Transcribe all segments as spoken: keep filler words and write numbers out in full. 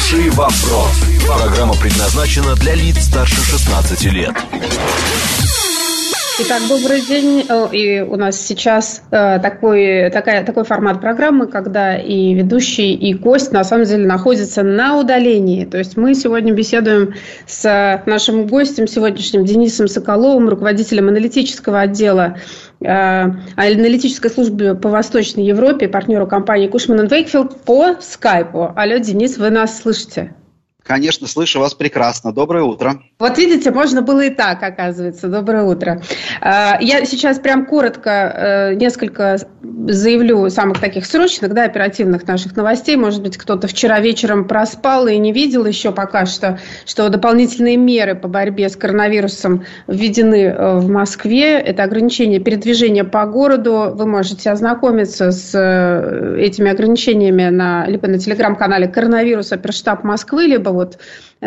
Хороший вопрос. Программа предназначена для лиц старше шестнадцати лет. Итак, добрый день. И у нас сейчас такой, такая, такой формат программы, когда и ведущий, и гость на самом деле находятся на удалении. То есть мы сегодня беседуем с нашим гостем сегодняшним Денисом Соколовым, руководителем аналитического отдела аналитической службы по Восточной Европе, партнеру компании Cushman энд Wakefield по скайпу. Алло, Денис, вы нас слышите? Конечно, слышу вас прекрасно. Доброе утро. Вот видите, можно было и так, оказывается. Доброе утро. Я сейчас прям коротко несколько заявлю самых таких срочных, да, оперативных наших новостей. Может быть, кто-то вчера вечером проспал и не видел еще пока что, что дополнительные меры по борьбе с коронавирусом введены в Москве. Это ограничение передвижения по городу. Вы можете ознакомиться с этими ограничениями на, либо на телеграм-канале «Коронавирус Оперштаб Москвы», либо вот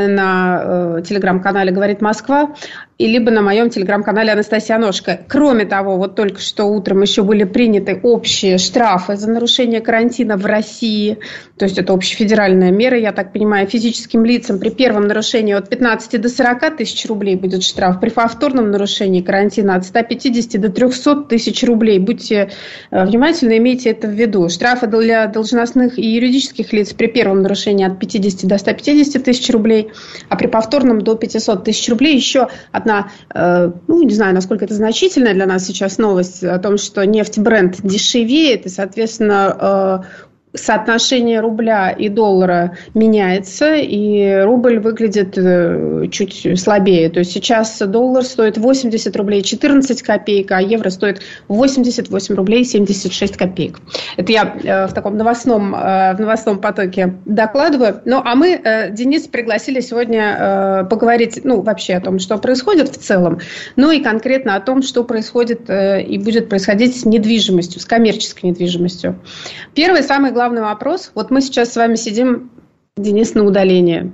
на э, телеграм-канале «Говорит Москва», и либо на моем телеграм-канале «Анастасия Ножка». Кроме того, вот только что утром еще были приняты общие штрафы за нарушение карантина в России. То есть это общефедеральная мера, я так понимаю, физическим лицам при первом нарушении от пятнадцати до сорока тысяч рублей будет штраф. При повторном нарушении карантина от ста пятидесяти до трехсот тысяч рублей. Будьте э, внимательны, имейте это в виду. Штрафы для должностных и юридических лиц при первом нарушении от пятидесяти до ста пятидесяти тысяч рублей, а при повторном до пятисот тысяч рублей. Еще одна, э, ну, не знаю, насколько это значительная для нас сейчас новость о том, что нефть-бренд дешевеет, и, соответственно, э, соотношение рубля и доллара меняется, и рубль выглядит чуть слабее. То есть сейчас доллар стоит восемьдесят рублей четырнадцать копеек, а евро стоит восемьдесят восемь рублей семьдесят шесть копеек. Это я в таком новостном, в новостном потоке докладываю. Ну, а мы, Денис, пригласили сегодня поговорить, ну, вообще о том, что происходит в целом, ну и конкретно о том, что происходит и будет происходить с недвижимостью, с коммерческой недвижимостью. Первый, самый главный вопрос. Вот мы сейчас с вами сидим, Денис, на удалении.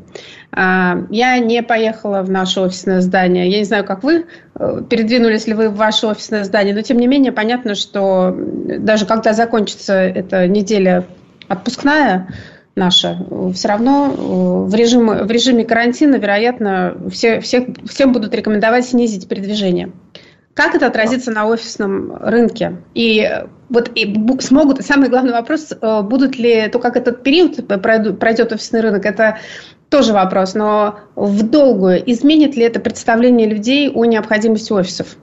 Я не поехала в наше офисное здание. Я не знаю, как вы, передвинулись ли вы в ваше офисное здание, но тем не менее понятно, что даже когда закончится эта неделя отпускная наша, все равно в режиме, в режиме карантина, вероятно, все, всех, всем будут рекомендовать снизить передвижение. Как это отразится на офисном рынке? И вот и смогут, самый главный вопрос, будут ли, то, как этот период пройдет офисный рынок, это тоже вопрос, но в долгую изменит ли это представление людей о необходимости офисов?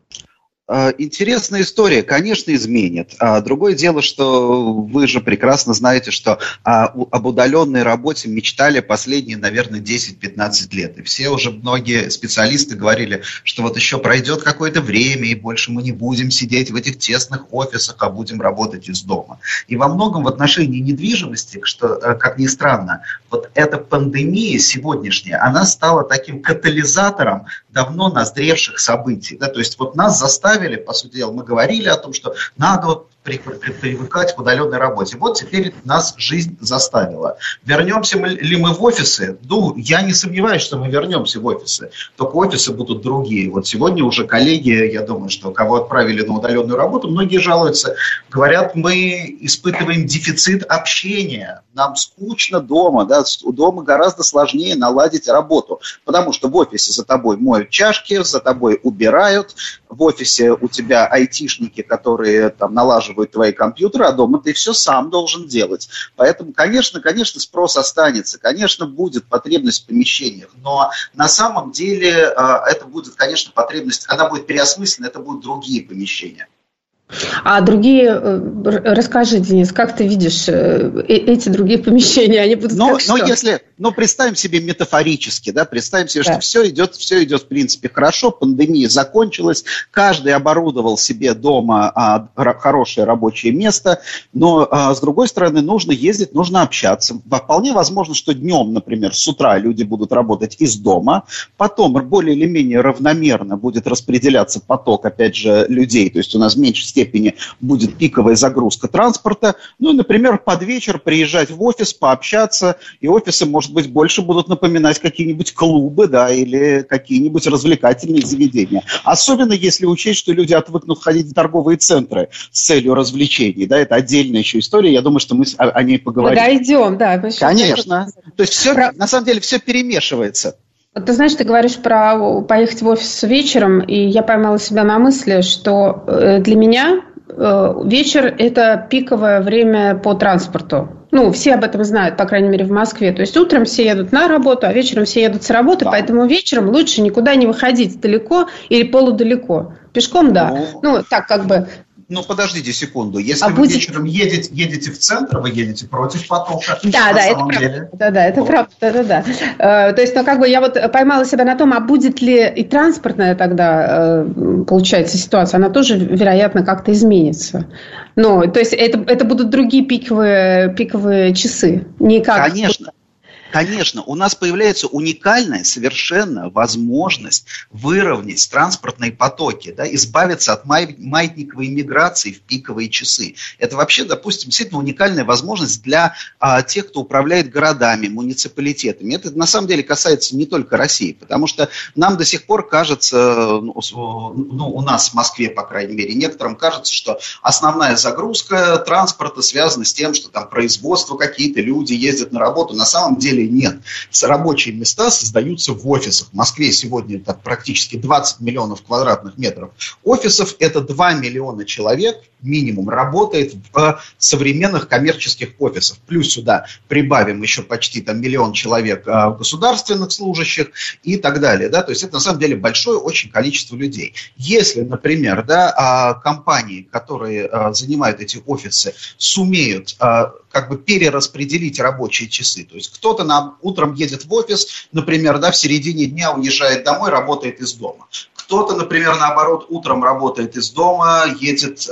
Интересная история, конечно, изменит. Другое дело, что вы же прекрасно знаете, что об удаленной работе мечтали последние, наверное, десять-пятнадцать лет. И все уже, многие специалисты говорили, что вот еще пройдет какое-то время, и больше мы не будем сидеть в этих тесных офисах, а будем работать из дома. И во многом в отношении недвижимости, что, как ни странно, вот эта пандемия сегодняшняя, она стала таким катализатором давно назревших событий. Да? То есть вот нас заставили, по сути дела, мы говорили о том, что надо привыкать к удаленной работе. Вот теперь нас жизнь заставила. Вернемся ли мы в офисы? Ну, я не сомневаюсь, что мы вернемся в офисы. Только офисы будут другие. Вот сегодня уже коллеги, я думаю, что кого отправили на удаленную работу, многие жалуются. Говорят, мы испытываем дефицит общения. Нам скучно дома. Да? Дома гораздо сложнее наладить работу. Потому что в офисе за тобой моют чашки, за тобой убирают. В офисе у тебя айтишники, которые там налаживают твои компьютеры, а дома ты все сам должен делать. Поэтому, конечно, конечно, спрос останется, конечно, будет потребность в помещениях, но на самом деле это будет, конечно, потребность, она будет переосмыслена, это будут другие помещения. А другие, расскажи, Денис, как ты видишь эти другие помещения, они будут но, как что? Но если, ну, представим себе метафорически, да, представим себе, да. что все идет, все идет, в принципе, хорошо, пандемия закончилась, каждый оборудовал себе дома а, хорошее рабочее место, но, а, с другой стороны, нужно ездить, нужно общаться. Вполне возможно, что днем, например, с утра люди будут работать из дома, потом более или менее равномерно будет распределяться поток, опять же, людей, то есть у нас в меньшей степени времени будет пиковая загрузка транспорта. Ну и, например, под вечер приезжать в офис, пообщаться, и офисы, может быть, больше будут напоминать какие-нибудь клубы, да, или какие-нибудь развлекательные заведения. Особенно если учесть, что люди отвыкнут ходить в торговые центры с целью развлечений, да, это отдельная еще история, я думаю, что мы о, о ней поговорим. Мы дойдем, да. Конечно. То есть все, Про... на самом деле, все перемешивается. Ты знаешь, ты говоришь про поехать в офис вечером, и я поймала себя на мысли, что для меня вечер – это пиковое время по транспорту. Ну, все об этом знают, по крайней мере, в Москве. То есть утром все едут на работу, а вечером все едут с работы, да. Поэтому вечером лучше никуда не выходить далеко или полудалеко. Пешком, да. Ну, ну так как бы... Ну, подождите секунду. Если а вы будет... вечером едете, едете в центр, вы едете против потока. Да, да, это правда. Да, да, это вот. правда. Да, да, да. Э, то есть, ну, как бы я вот поймала себя на том, а будет ли и транспортная тогда, э, получается, ситуация, она тоже, вероятно, как-то изменится. Ну, то есть, это, это будут другие пиковые, пиковые часы. Не как... Конечно. Конечно, у нас появляется уникальная совершенно возможность выровнять транспортные потоки, да, избавиться от май- маятниковой миграции в пиковые часы. Это вообще, допустим, действительно уникальная возможность для а, тех, кто управляет городами, муниципалитетами. Это на самом деле касается не только России, потому что нам до сих пор кажется, ну, ну, у нас в Москве, по крайней мере, некоторым кажется, что основная загрузка транспорта связана с тем, что там производство какие-то, люди ездят на работу. На самом деле нет. Рабочие места создаются в офисах. В Москве сегодня это практически двадцать миллионов квадратных метров офисов. Это два миллиона человек минимум работает в современных коммерческих офисах. Плюс сюда прибавим еще почти там миллион человек государственных служащих и так далее. Да? То есть это на самом деле большое очень количество людей. Если, например, да, компании, которые занимают эти офисы, сумеют как бы перераспределить рабочие часы. То есть кто-то нам утром едет в офис, например, да, в середине дня уезжает домой, работает из дома. Кто-то, например, наоборот, утром работает из дома, едет,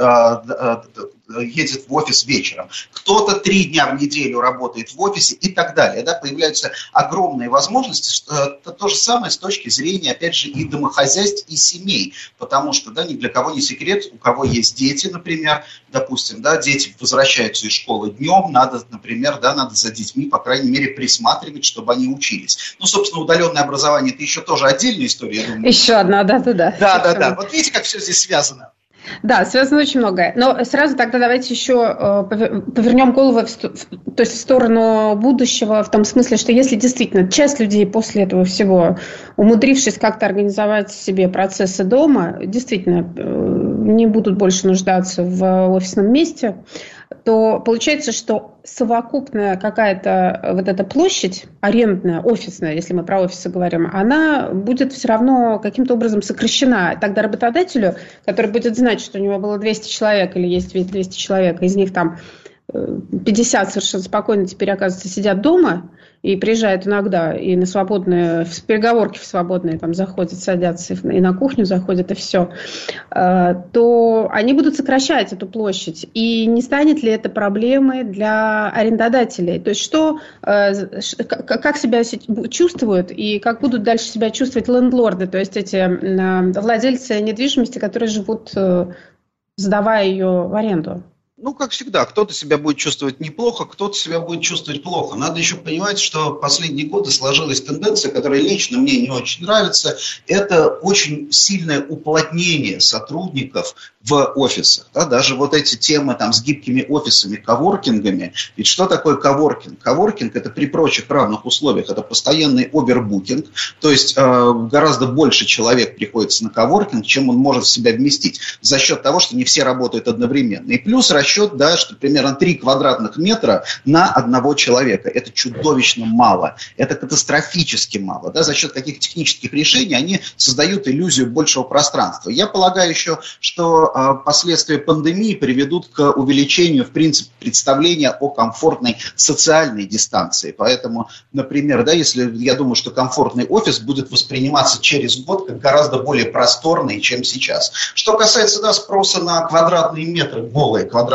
едет в офис вечером. Кто-то три дня в неделю работает в офисе и так далее. Да? Появляются огромные возможности. Это то же самое с точки зрения, опять же, и домохозяйств, и семей. Потому что, да, ни для кого не секрет, у кого есть дети, например, допустим, да, дети возвращаются из школы днем, надо, например, да, надо за детьми, по крайней мере, присматривать, чтобы они учились. Ну, собственно, удаленное образование – это еще тоже отдельная история, я думаю. Еще одна, да, да, да. Да, да, да. Вот видите, как все здесь связано. Да, связано очень многое. Но сразу тогда давайте еще повернем голову в, то есть в сторону будущего, в том смысле, что если действительно часть людей после этого всего, умудрившись как-то организовать себе процессы дома, действительно не будут больше нуждаться в офисном месте, то получается, что совокупная какая-то вот эта площадь, арендная, офисная, если мы про офисы говорим, она будет все равно каким-то образом сокращена. Тогда работодателю, который будет знать, что у него было двести человек или есть двести человек, из них там пятьдесят совершенно спокойно теперь, оказывается, сидят дома и приезжают иногда и на свободные, в переговорки в свободные там заходят, садятся и на кухню заходят, и все, то они будут сокращать эту площадь. И не станет ли это проблемой для арендодателей? То есть что, как себя чувствуют и как будут дальше себя чувствовать лендлорды, то есть эти владельцы недвижимости, которые живут, сдавая ее в аренду? Ну, как всегда, кто-то себя будет чувствовать неплохо, кто-то себя будет чувствовать плохо. Надо еще понимать, что в последние годы сложилась тенденция, которая лично мне не очень нравится. Это очень сильное уплотнение сотрудников в офисах. Да? Даже вот эти темы там, с гибкими офисами, коворкингами. Ведь что такое коворкинг? Коворкинг – это при прочих равных условиях. Это постоянный овербукинг. То есть э, гораздо больше человек приходится на коворкинг, чем он может в себя вместить. За счет того, что не все работают одновременно. И плюс расчет, да, что примерно три квадратных метра на одного человека. Это чудовищно мало. Это катастрофически мало. Да? За счет каких-то технических решений они создают иллюзию большего пространства. Я полагаю еще, что э, последствия пандемии приведут к увеличению, в принципе, представления о комфортной социальной дистанции. Поэтому, например, да, если я думаю, что комфортный офис будет восприниматься через год как гораздо более просторный, чем сейчас. Что касается, да, спроса на квадратные метры, голые квадратные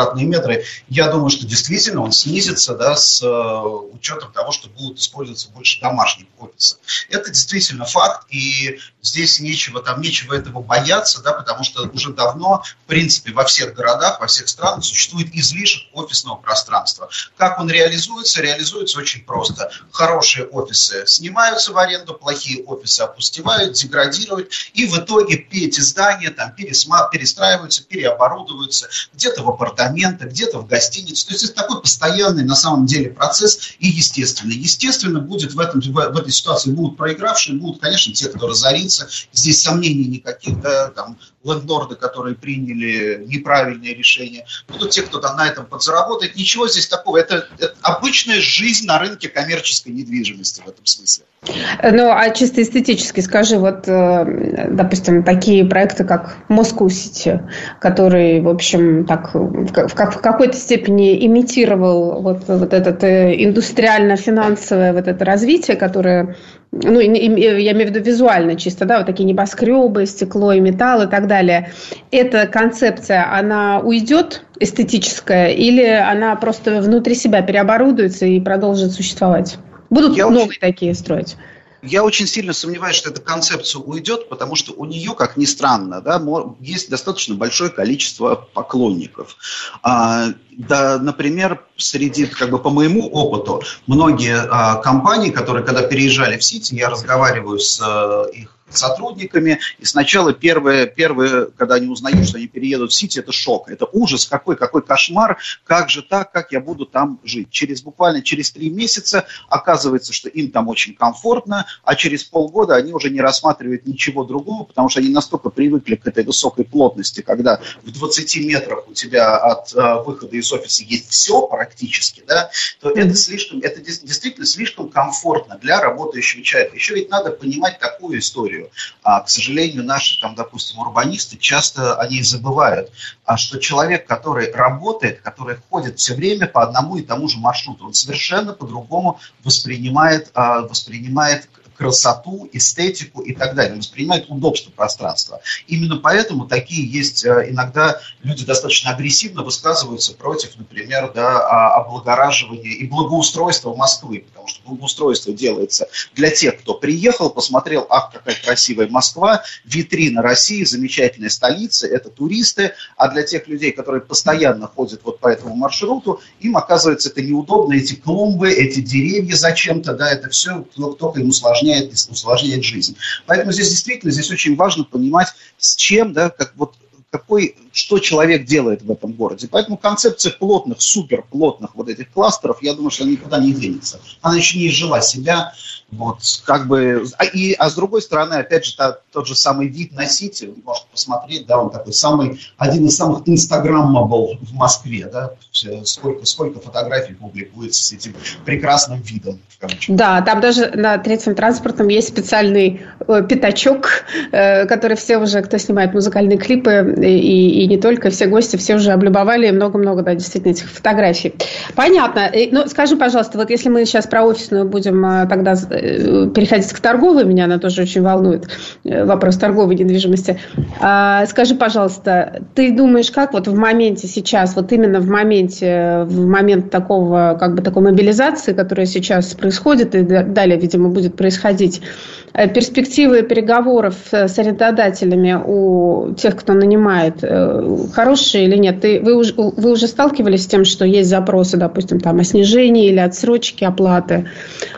квадратные метры, я думаю, что действительно он снизится, да, с учетом того, что будут использоваться больше домашних офисов. Это действительно факт, и здесь нечего, там, нечего этого бояться, да, потому что уже давно, в принципе, во всех городах, во всех странах существует излишек офисного пространства. Как он реализуется? Реализуется очень просто. Хорошие офисы снимаются в аренду, плохие офисы опустевают, деградируют, и в итоге эти здания там пересма- перестраиваются, переоборудуются, где-то в апартаменты, где-то в гостиницы. То есть это такой постоянный на самом деле процесс и естественный. Естественно, будет в, этом, в, в этой ситуации будут проигравшие, будут, конечно, те, кто разорится. Здесь сомнений никаких, да, там, лендлорды, которые приняли неправильные решения, будут те, кто там на этом подзаработает. Ничего здесь такого. Это, это обычная жизнь на рынке коммерческой недвижимости в этом смысле. Ну, а чисто эстетически скажи, вот, допустим, такие проекты, как Moscow City, который, в общем, так, в, в какой-то степени имитировал вот, вот это индустриально-финансовое вот это развитие, которое, ну, я имею в виду визуально чисто, да, вот такие небоскребы, стекло и металл и так далее. Эта концепция, она уйдет, эстетическая, или она просто внутри себя переоборудуется и продолжит существовать? Будут я новые очень, такие строить? Я очень сильно сомневаюсь, что эта концепция уйдет, потому что у нее, как ни странно, да, есть достаточно большое количество поклонников. А, да, например, среди, как бы по моему опыту, многие а, компании, которые когда переезжали в Сити, я разговариваю с а, их сотрудниками, и сначала первые, первые, когда они узнают, что они переедут в Сити, это шок, это ужас, какой, какой кошмар, как же так, как я буду там жить. Через буквально через три месяца оказывается, что им там очень комфортно, а через полгода они уже не рассматривают ничего другого, потому что они настолько привыкли к этой высокой плотности, когда в двадцати метрах у тебя от э, выхода из офиса есть все практически, да, то mm-hmm. это слишком, это действительно слишком комфортно для работающего человека. Еще ведь надо понимать такую историю. А, к сожалению, наши, там, допустим, урбанисты часто о ней забывают, а что человек, который работает, который ходит все время по одному и тому же маршруту, он совершенно по-другому воспринимает, а, воспринимает красоту, эстетику и так далее, воспринимает удобство пространства. Именно поэтому такие есть иногда люди достаточно агрессивно высказываются против, например, да, облагораживания и благоустройства Москвы, потому что благоустройство делается для тех, кто приехал, посмотрел, ах, какая красивая Москва, витрина России, замечательная столица, это туристы, а для тех людей, которые постоянно ходят вот по этому маршруту, им, оказывается, это неудобно, эти клумбы, эти деревья зачем-то, да, это все только им усложняет усложняет жизнь. Поэтому здесь действительно здесь очень важно понимать, с чем, да, как вот какой, что человек делает в этом городе. Поэтому концепция плотных, суперплотных вот этих кластеров, я думаю, что она никуда не денется. Она еще не изжила себя. Вот, как бы, а, и, а с другой стороны, опять же, та, тот же самый вид на Сити, вы можете посмотреть, да, он такой самый, один из самых инстаграммабл в Москве, да, сколько, сколько фотографий публикуется с этим прекрасным видом. Да, там даже на третьем транспортном есть специальный э, пятачок, э, который все уже, кто снимает музыкальные клипы, и, и не только, все гости, все уже облюбовали, много-много, да, действительно, этих фотографий. Понятно. И, ну, скажи, пожалуйста, вот если мы сейчас про офисную будем э, тогда переходить к торговой, меня она тоже очень волнует, вопрос торговой недвижимости. А, скажи, пожалуйста, ты думаешь, как вот в моменте сейчас, вот именно в моменте, в момент такого, как бы такой мобилизации, которая сейчас происходит и далее, видимо, будет происходить, перспективы переговоров с арендодателями у тех, кто нанимает, хорошие или нет? Ты, вы, уже, вы уже сталкивались с тем, что есть запросы, допустим, там, о снижении или отсрочке оплаты?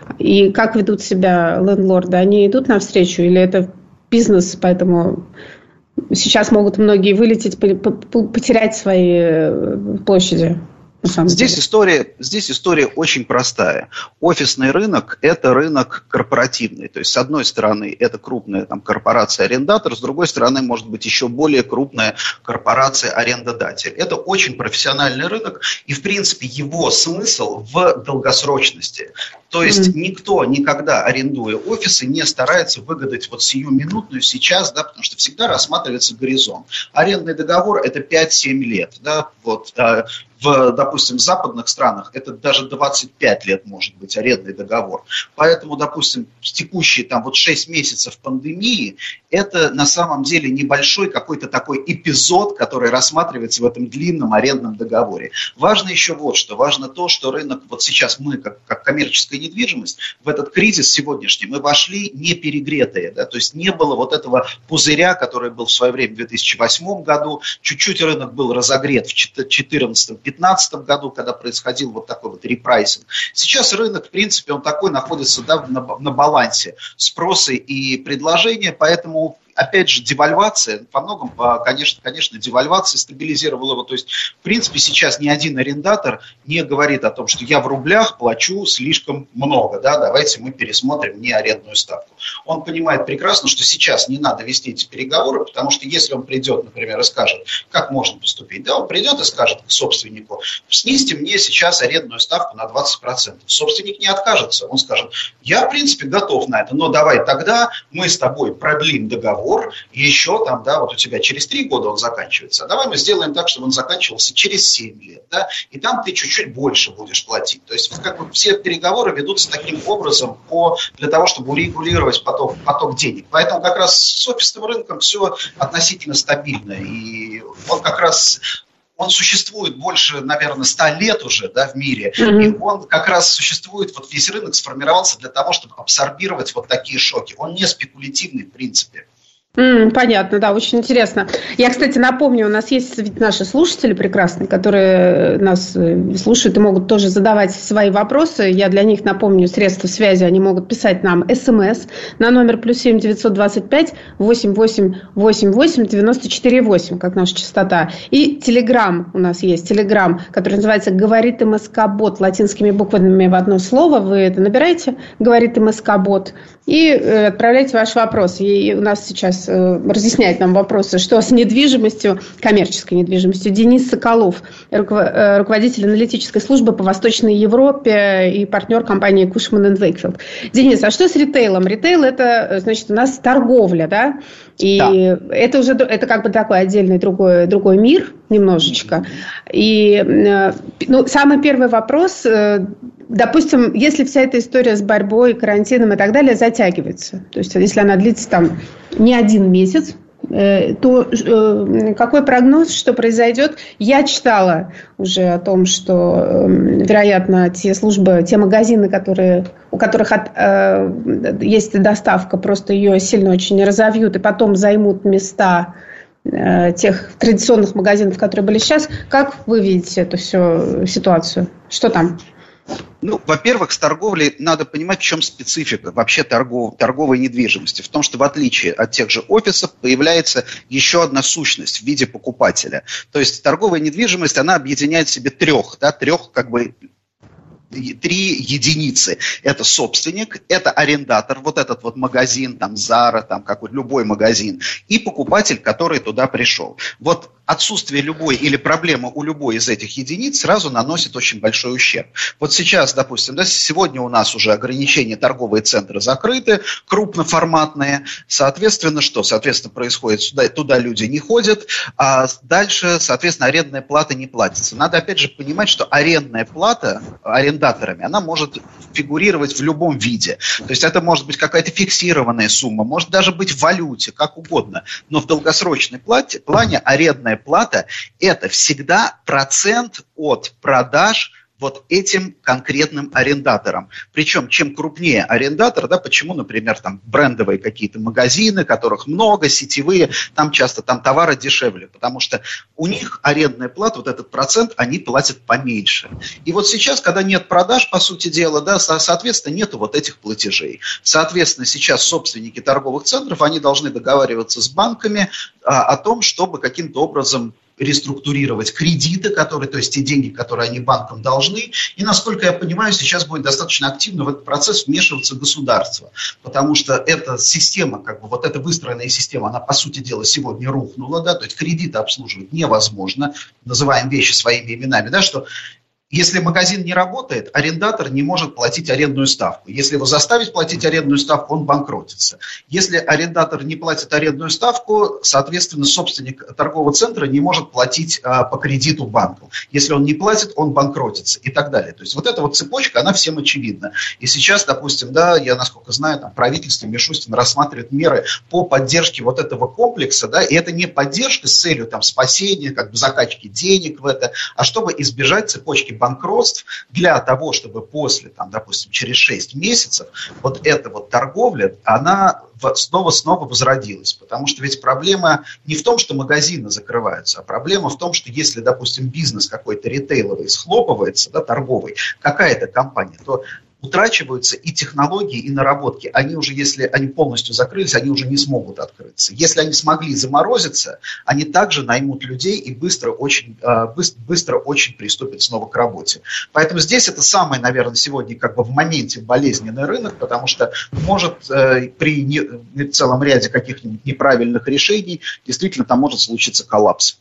И как ведут себя лендлорды? Они идут навстречу или это бизнес, поэтому сейчас могут многие вылететь, потерять свои площади? Здесь история, здесь история очень простая. Офисный рынок – это рынок корпоративный. То есть, с одной стороны, это крупная там, корпорация-арендатор, с другой стороны, может быть, еще более крупная корпорация-арендодатель. Это очень профессиональный рынок, и, в принципе, его смысл в долгосрочности. То есть, mm-hmm. никто никогда, арендуя офисы, не старается выгадать вот сиюминутную сейчас, да, потому что всегда рассматривается горизонт. Арендный договор – это пять-семь лет, да, вот, В, допустим, в западных странах это даже двадцать пять лет может быть арендный договор. Поэтому, допустим, текущие там вот шесть месяцев пандемии, это на самом деле небольшой какой-то такой эпизод, который рассматривается в этом длинном арендном договоре. Важно еще вот что. Важно то, что рынок, вот сейчас мы, как, как коммерческая недвижимость, в этот кризис сегодняшний мы вошли не перегретые. Да, то есть не было вот этого пузыря, который был в свое время в две тысячи восьмом году. Чуть-чуть рынок был разогрет в две тысячи четырнадцатом-пятнадцатом году, когда происходил вот такой вот репрайсинг. Сейчас рынок, в принципе, он такой находится, да, на, на балансе спроса и предложения, поэтому опять же, девальвация, по многому, конечно, конечно, девальвация стабилизировала его. То есть, в принципе, сейчас ни один арендатор не говорит о том, что я в рублях плачу слишком много, да, давайте мы пересмотрим мне арендную ставку. Он понимает прекрасно, что сейчас не надо вести эти переговоры, потому что если он придет, например, и скажет, как можно поступить, да, он придет и скажет к собственнику, снизьте мне сейчас арендную ставку на двадцать процентов. Собственник не откажется, он скажет, я, в принципе, готов на это, но давай тогда мы с тобой продлим договор, и еще там, да, вот у тебя через три года он заканчивается, а давай мы сделаем так, чтобы он заканчивался через семь лет, да, и там ты чуть-чуть больше будешь платить. То есть как бы все переговоры ведутся таким образом по, для того, чтобы урегулировать поток, поток денег. Поэтому как раз с офисным рынком все относительно стабильно, и он как раз... Он существует больше, наверное, ста лет уже, да, в мире, mm-hmm. и он как раз существует, вот весь рынок сформировался для того, чтобы абсорбировать вот такие шоки. Он не спекулятивный в принципе. Mm, понятно, да, очень интересно. Я, кстати, напомню, у нас есть ведь наши слушатели прекрасные, которые нас слушают и могут тоже задавать свои вопросы. Я для них напомню средства связи. Они могут писать нам смс на номер плюс семь девятьсот двадцать пять восемь восемь восемь восемь девяносто четыре восемь, как наша частота. И телеграм у нас есть, телеграм, который называется «Говорит МСК-бот» латинскими буквами в одно слово. Вы это набираете, «Говорит МСК-бот», и отправляйте ваш вопрос. И у нас сейчас разъясняет нам вопросы, что с недвижимостью, коммерческой недвижимостью. Денис Соколов, руководитель аналитической службы по Восточной Европе и партнер компании Cushman энд Wakefield. Денис, а что с ритейлом? Ритейл – это, значит, у нас торговля, да? И да. это уже это как бы такой отдельный другой, другой мир немножечко. И ну, самый первый вопрос, допустим, если вся эта история с борьбой, карантином и так далее затягивается, то есть если она длится там не один месяц, то какой прогноз, что произойдет? Я читала уже о том, что, вероятно, те службы, те магазины, которые, у которых от, э, есть доставка, просто ее сильно очень разовьют и потом займут места э, тех традиционных магазинов, которые были сейчас. Как вы видите эту всю ситуацию? Что там? Ну, во-первых, с торговлей надо понимать, в чем специфика вообще торгов, торговой недвижимости. В том, что в отличие от тех же офисов появляется еще одна сущность в виде покупателя. То есть торговая недвижимость, она объединяет в себе трех, да, трех как бы... Три единицы. Это собственник, это арендатор, вот этот вот магазин, там, Zara, там, какой любой магазин, и покупатель, который туда пришел. Вот отсутствие любой или проблема у любой из этих единиц сразу наносит очень большой ущерб. Вот сейчас, допустим, да, сегодня у нас уже ограничения, торговые центры закрыты, крупноформатные. Соответственно, что? Соответственно, происходит, сюда, туда люди не ходят, а дальше, соответственно, арендная плата не платится. Надо опять же понимать, что арендная плата, арендаторами, она может фигурировать в любом виде. То есть это может быть какая-то фиксированная сумма, может даже быть в валюте, как угодно. Но в долгосрочной плате, плане арендная плата – это всегда процент от продаж вот этим конкретным арендаторам. Причем, чем крупнее арендатор, да, почему, например, там брендовые какие-то магазины, которых много, сетевые, там часто там товары дешевле, потому что у них арендная плата, вот этот процент, они платят поменьше. И вот сейчас, когда нет продаж, по сути дела, да, соответственно, нету вот этих платежей. Соответственно, сейчас собственники торговых центров, они должны договариваться с банками а, о том, чтобы каким-то образом реструктурировать кредиты, которые, то есть те деньги, которые они банкам должны. И, насколько я понимаю, сейчас будет достаточно активно в этот процесс вмешиваться государство. Потому что эта система, как бы вот эта выстроенная система, она, по сути дела, сегодня рухнула, да, то есть кредиты обслуживать невозможно, называем вещи своими именами, да, что Если магазин не работает, арендатор не может платить арендную ставку. Если его заставить платить арендную ставку, он банкротится. Если арендатор не платит арендную ставку, соответственно, собственник торгового центра не может платить а, по кредиту банку. Если он не платит, он банкротится и так далее. То есть вот эта вот цепочка, она всем очевидна. И сейчас, допустим, да, я, насколько знаю, там, правительство Мишустин рассматривает меры по поддержке вот этого комплекса, да, и это не поддержка с целью там, спасения, как бы закачки денег в это, а чтобы избежать цепочки банкротств для того, чтобы после, там, допустим, через шесть месяцев вот эта вот торговля, она снова-снова возродилась. Потому что ведь проблема не в том, что магазины закрываются, а проблема в том, что если, допустим, бизнес какой-то ритейловый схлопывается, да, торговый, какая-то компания, то утрачиваются и технологии, и наработки. Они уже, если они полностью закрылись, они уже не смогут открыться. Если они смогли заморозиться, они также наймут людей и быстро очень, быстро, быстро очень приступят снова к работе. Поэтому здесь это самый, наверное, сегодня как бы в моменте болезненный рынок, потому что может при не, целом ряде каких-нибудь неправильных решений действительно там может случиться коллапс.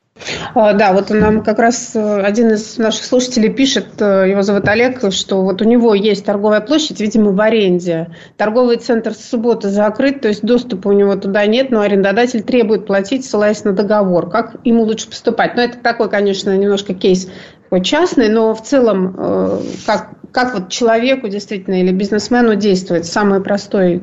Да, вот нам как раз один из наших слушателей пишет, его зовут Олег, что вот у него есть торговая площадь, видимо, в аренде. Торговый центр с субботы закрыт, то есть доступа у него туда нет, но арендодатель требует платить, ссылаясь на договор. Как ему лучше поступать? Ну, это такой, конечно, немножко кейс такой частный, но в целом, как, как вот человеку действительно или бизнесмену действовать? Самый простой.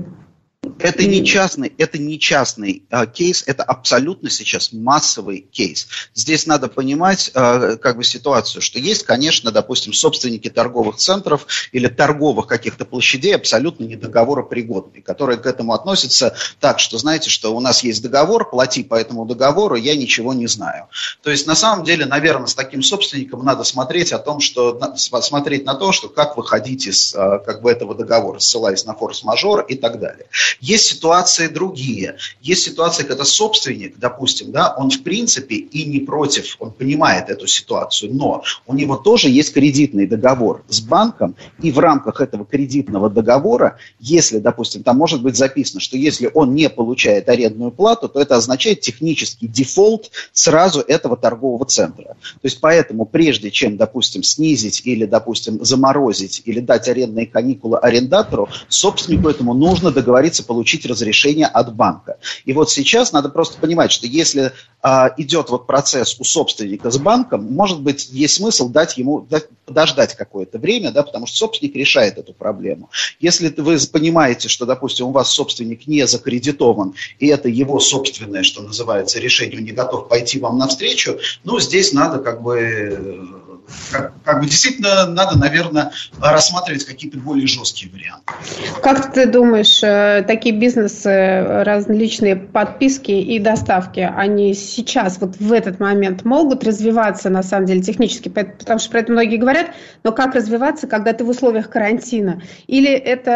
Это не частный, это не частный э, кейс, это абсолютно сейчас массовый кейс. Здесь надо понимать э, как бы ситуацию, что есть, конечно, допустим, собственники торговых центров или торговых каких-то площадей абсолютно недоговоропригодные, которые к этому относятся так, что знаете, что у нас есть договор, плати по этому договору, я ничего не знаю. То есть на самом деле, наверное, с таким собственником надо смотреть о том, что смотреть на то, что как выходить из э, как бы этого договора, ссылаясь на форс-мажор и так далее. Есть ситуации другие. Есть ситуации, когда собственник, допустим, да, он в принципе и не против, он понимает эту ситуацию, но у него тоже есть кредитный договор с банком, и в рамках этого кредитного договора, если, допустим, там может быть записано, что если он не получает арендную плату, то это означает технический дефолт сразу этого торгового центра. То есть поэтому прежде чем, допустим, снизить или, допустим, заморозить или дать арендные каникулы арендатору, собственнику этому нужно договориться получить разрешение от банка. И вот сейчас надо просто понимать, что если а, идет вот процесс у собственника с банком, может быть, есть смысл дать ему, дать, подождать какое-то время, да, потому что собственник решает эту проблему. Если вы понимаете, что, допустим, у вас собственник не закредитован, и это его собственное, что называется, решение, он не готов пойти вам навстречу, ну, здесь надо как бы... Как, как бы действительно надо, наверное, рассматривать какие-то более жесткие варианты. Как ты думаешь, такие бизнесы, различные подписки и доставки, они сейчас, вот в этот момент могут развиваться, на самом деле, технически? Потому что про это многие говорят, но как развиваться, когда ты в условиях карантина? Или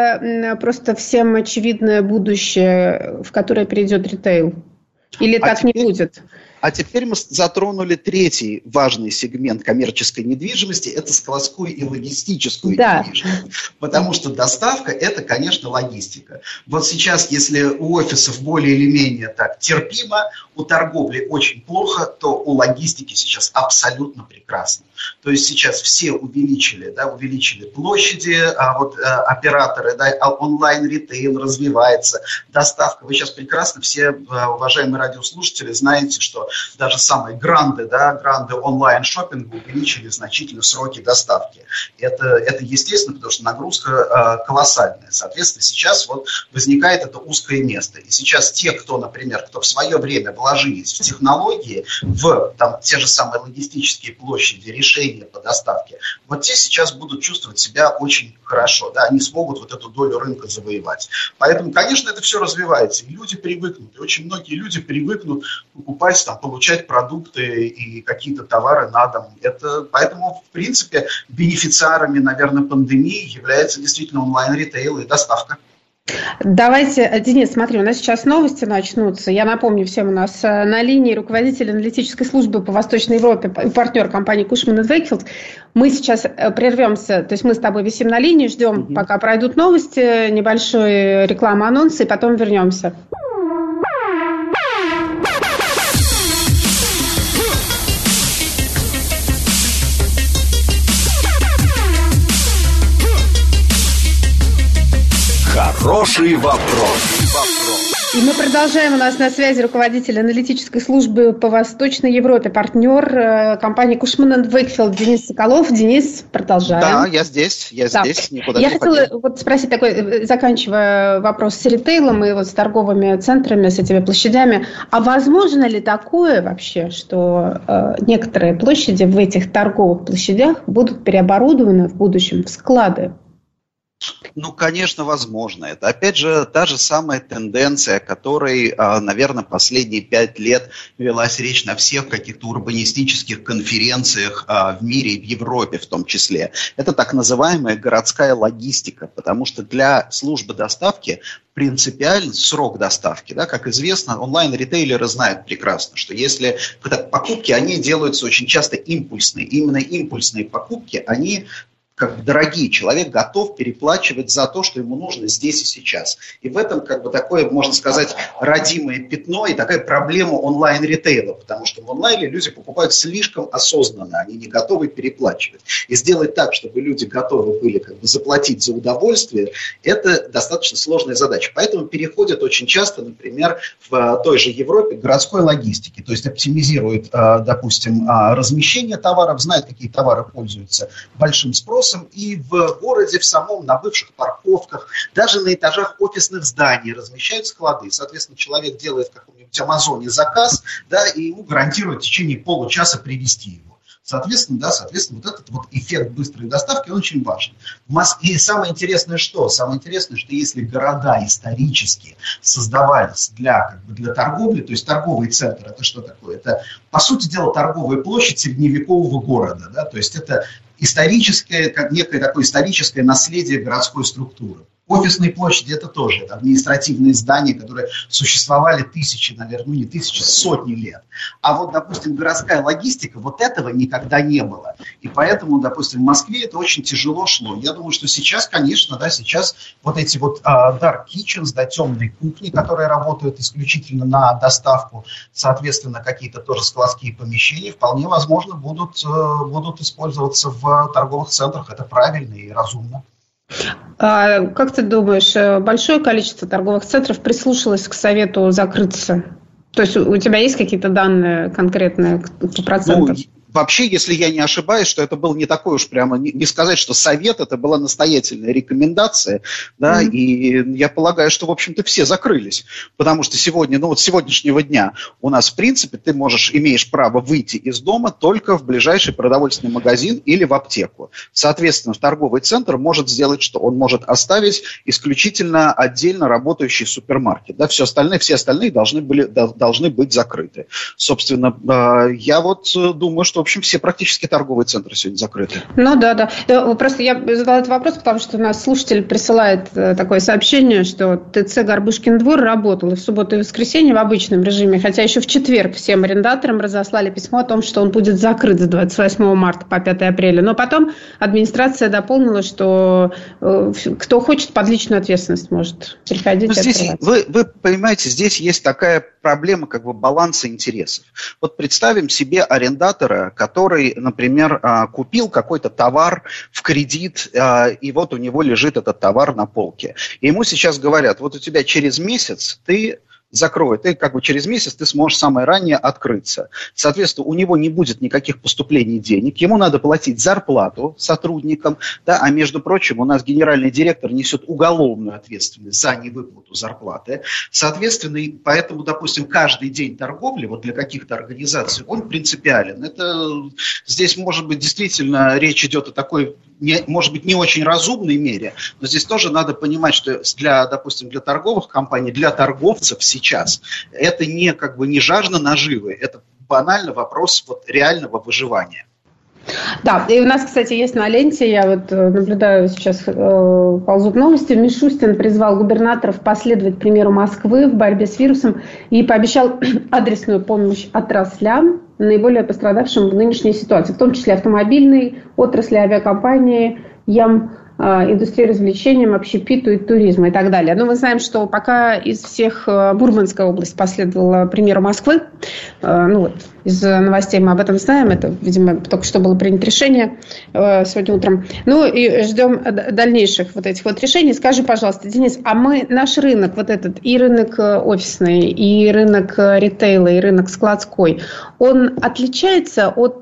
это просто всем очевидное будущее, в которое перейдет ритейл? Или а так теперь... не будет? А теперь мы затронули третий важный сегмент коммерческой недвижимости, это складскую и логистическую да. недвижимость. Потому что доставка – это, конечно, логистика. Вот сейчас, если у офисов более или менее так терпимо, у торговли очень плохо, то у логистики сейчас абсолютно прекрасно. То есть сейчас все увеличили, да, увеличили площади, а вот а, операторы, да, онлайн-ритейл развивается, доставка. Вы сейчас прекрасно все, уважаемые радиослушатели, знаете, что даже самые гранды, да, гранды онлайн-шоппинга увеличили значительно сроки доставки. Это, это естественно, потому что нагрузка э, колоссальная. Соответственно, сейчас вот возникает это узкое место. И сейчас те, кто, например, кто в свое время вложились в технологии, в там, те же самые логистические площади, решения по доставке, вот те сейчас будут чувствовать себя очень хорошо. Да, они смогут вот эту долю рынка завоевать. Поэтому, конечно, это все развивается. И люди привыкнут. И очень многие люди привыкнут покупать там, получать продукты и какие-то товары на дом. Это, поэтому, в принципе, бенефициарами, наверное, пандемии является действительно онлайн-ритейл и доставка. Давайте, Денис, смотри, у нас сейчас новости начнутся. Я напомню всем, у нас на линии руководитель аналитической службы по Восточной Европе и партнер компании Cushman энд Wakefield. Мы сейчас прервемся, то есть мы с тобой висим на линии, ждем, mm-hmm. пока пройдут новости, небольшой реклама-анонс, и потом вернемся. Хороший вопрос. И мы продолжаем. У нас на связи руководитель аналитической службы по Восточной Европе, партнер компании Кушман энд Вейкфилд Денис Соколов. Денис, продолжаем. Да, я здесь, я да. здесь, никуда я не хотела ходил. вот спросить такой, заканчивая вопрос с ритейлом и вот с торговыми центрами, с этими площадями, а возможно ли такое вообще, что э, некоторые площади в этих торговых площадях будут переоборудованы в будущем в склады? Ну, конечно, возможно. Это, опять же, та же самая тенденция, которой, наверное, последние пять лет велась речь на всех каких-то урбанистических конференциях в мире и в Европе в том числе. Это так называемая городская логистика, потому что для службы доставки принципиально срок доставки. Да, как известно, онлайн-ритейлеры знают прекрасно, что если покупки, они делаются очень часто импульсные. Именно импульсные покупки, они как бы дорогие, человек готов переплачивать за то, что ему нужно здесь и сейчас. И в этом как бы такое, можно сказать, родимое пятно и такая проблема онлайн-ритейла, потому что в онлайне люди покупают слишком осознанно, они не готовы переплачивать. И сделать так, чтобы люди готовы были как бы заплатить за удовольствие, это достаточно сложная задача. Поэтому переходят очень часто, например, в той же Европе к городской логистике, то есть оптимизируют, допустим, размещение товаров, знают, какие товары пользуются большим спросом, и в городе в самом, на бывших парковках, даже на этажах офисных зданий размещают склады. Соответственно, человек делает в каком-нибудь Амазоне заказ, да, и ему гарантируют в течение получаса привезти его. Соответственно, да, соответственно, вот этот вот эффект быстрой доставки, он очень важен. В Москве, и самое интересное что? Самое интересное, что если города исторически создавались для, как бы, для торговли, то есть торговый центр, это что такое? Это, по сути дела, торговая площадь средневекового города, да, то есть это историческое, как некое такое историческое наследие городской структуры. Офисные площади – это тоже это административные здания, которые существовали тысячи, наверное, ну не тысячи, сотни лет. А вот, допустим, городская логистика, вот этого никогда не было. И поэтому, допустим, в Москве это очень тяжело шло. Я думаю, что сейчас, конечно, да, сейчас вот эти вот uh, dark kitchens, да, темные кухни, которые работают исключительно на доставку, соответственно, какие-то тоже складские помещения, вполне возможно будут, uh, будут использоваться в торговых центрах. Это правильно и разумно. А как ты думаешь, большое количество торговых центров прислушалось к совету закрыться? То есть у тебя есть какие-то данные конкретные по процентам? Ну, вообще, если я не ошибаюсь, что это был не такой уж прямо, не, не сказать, что совет, это была настоятельная рекомендация, да, mm-hmm. и я полагаю, что, в общем-то, все закрылись, потому что сегодня, ну вот с сегодняшнего дня у нас, в принципе, ты можешь, имеешь право выйти из дома только в ближайший продовольственный магазин или в аптеку. Соответственно, торговый центр может сделать что? Он может оставить исключительно отдельно работающий супермаркет, да, все остальные, все остальные должны, были, должны быть закрыты. Собственно, я вот думаю, что в общем, все практически торговые центры сегодня закрыты. Ну да, да. Просто я задала этот вопрос, потому что у нас слушатель присылает такое сообщение, что ТЦ «Горбушкин двор» работал и в субботу и воскресенье в обычном режиме, хотя еще в четверг всем арендаторам разослали письмо о том, что он будет закрыт с двадцать восьмого марта по пятое апреля. Но потом администрация дополнила, что кто хочет, под личную ответственность может приходить. Ну, здесь, вы, вы понимаете, здесь есть такая проблема как бы баланса интересов. Вот представим себе арендатора, который, например, купил какой-то товар в кредит, и вот у него лежит этот товар на полке. И ему сейчас говорят, вот у тебя через месяц ты закрой, ты как бы через месяц ты сможешь самое раннее открыться. Соответственно, у него не будет никаких поступлений денег, ему надо платить зарплату сотрудникам, да, а между прочим, у нас генеральный директор несет уголовную ответственность за невыплату зарплаты. Соответственно, и поэтому, допустим, каждый день торговли вот для каких-то организаций, он принципиален. Это здесь, может быть, действительно речь идет о такой, не, может быть, не очень разумной мере, но здесь тоже надо понимать, что для, допустим, для торговых компаний, для торговцев сейчас это не как бы не жажда наживы, это банально вопрос вот реального выживания. Да, и у нас, кстати, есть на ленте, я вот наблюдаю сейчас, э, ползут новости, Мишустин призвал губернаторов последовать примеру Москвы в борьбе с вирусом и пообещал адресную помощь отраслям, наиболее пострадавшим в нынешней ситуации, в том числе автомобильной отрасли, авиакомпании, ям, индустрии развлечений, общепиту и туризма и так далее. Но мы знаем, что пока из всех Мурманская область последовала примеру Москвы. Ну вот, из новостей мы об этом знаем. Это, видимо, только что было принято решение сегодня утром. Ну и ждем дальнейших вот этих вот решений. Скажи, пожалуйста, Денис, а мы, наш рынок вот этот, и рынок офисный, и рынок ритейла, и рынок складской, он отличается от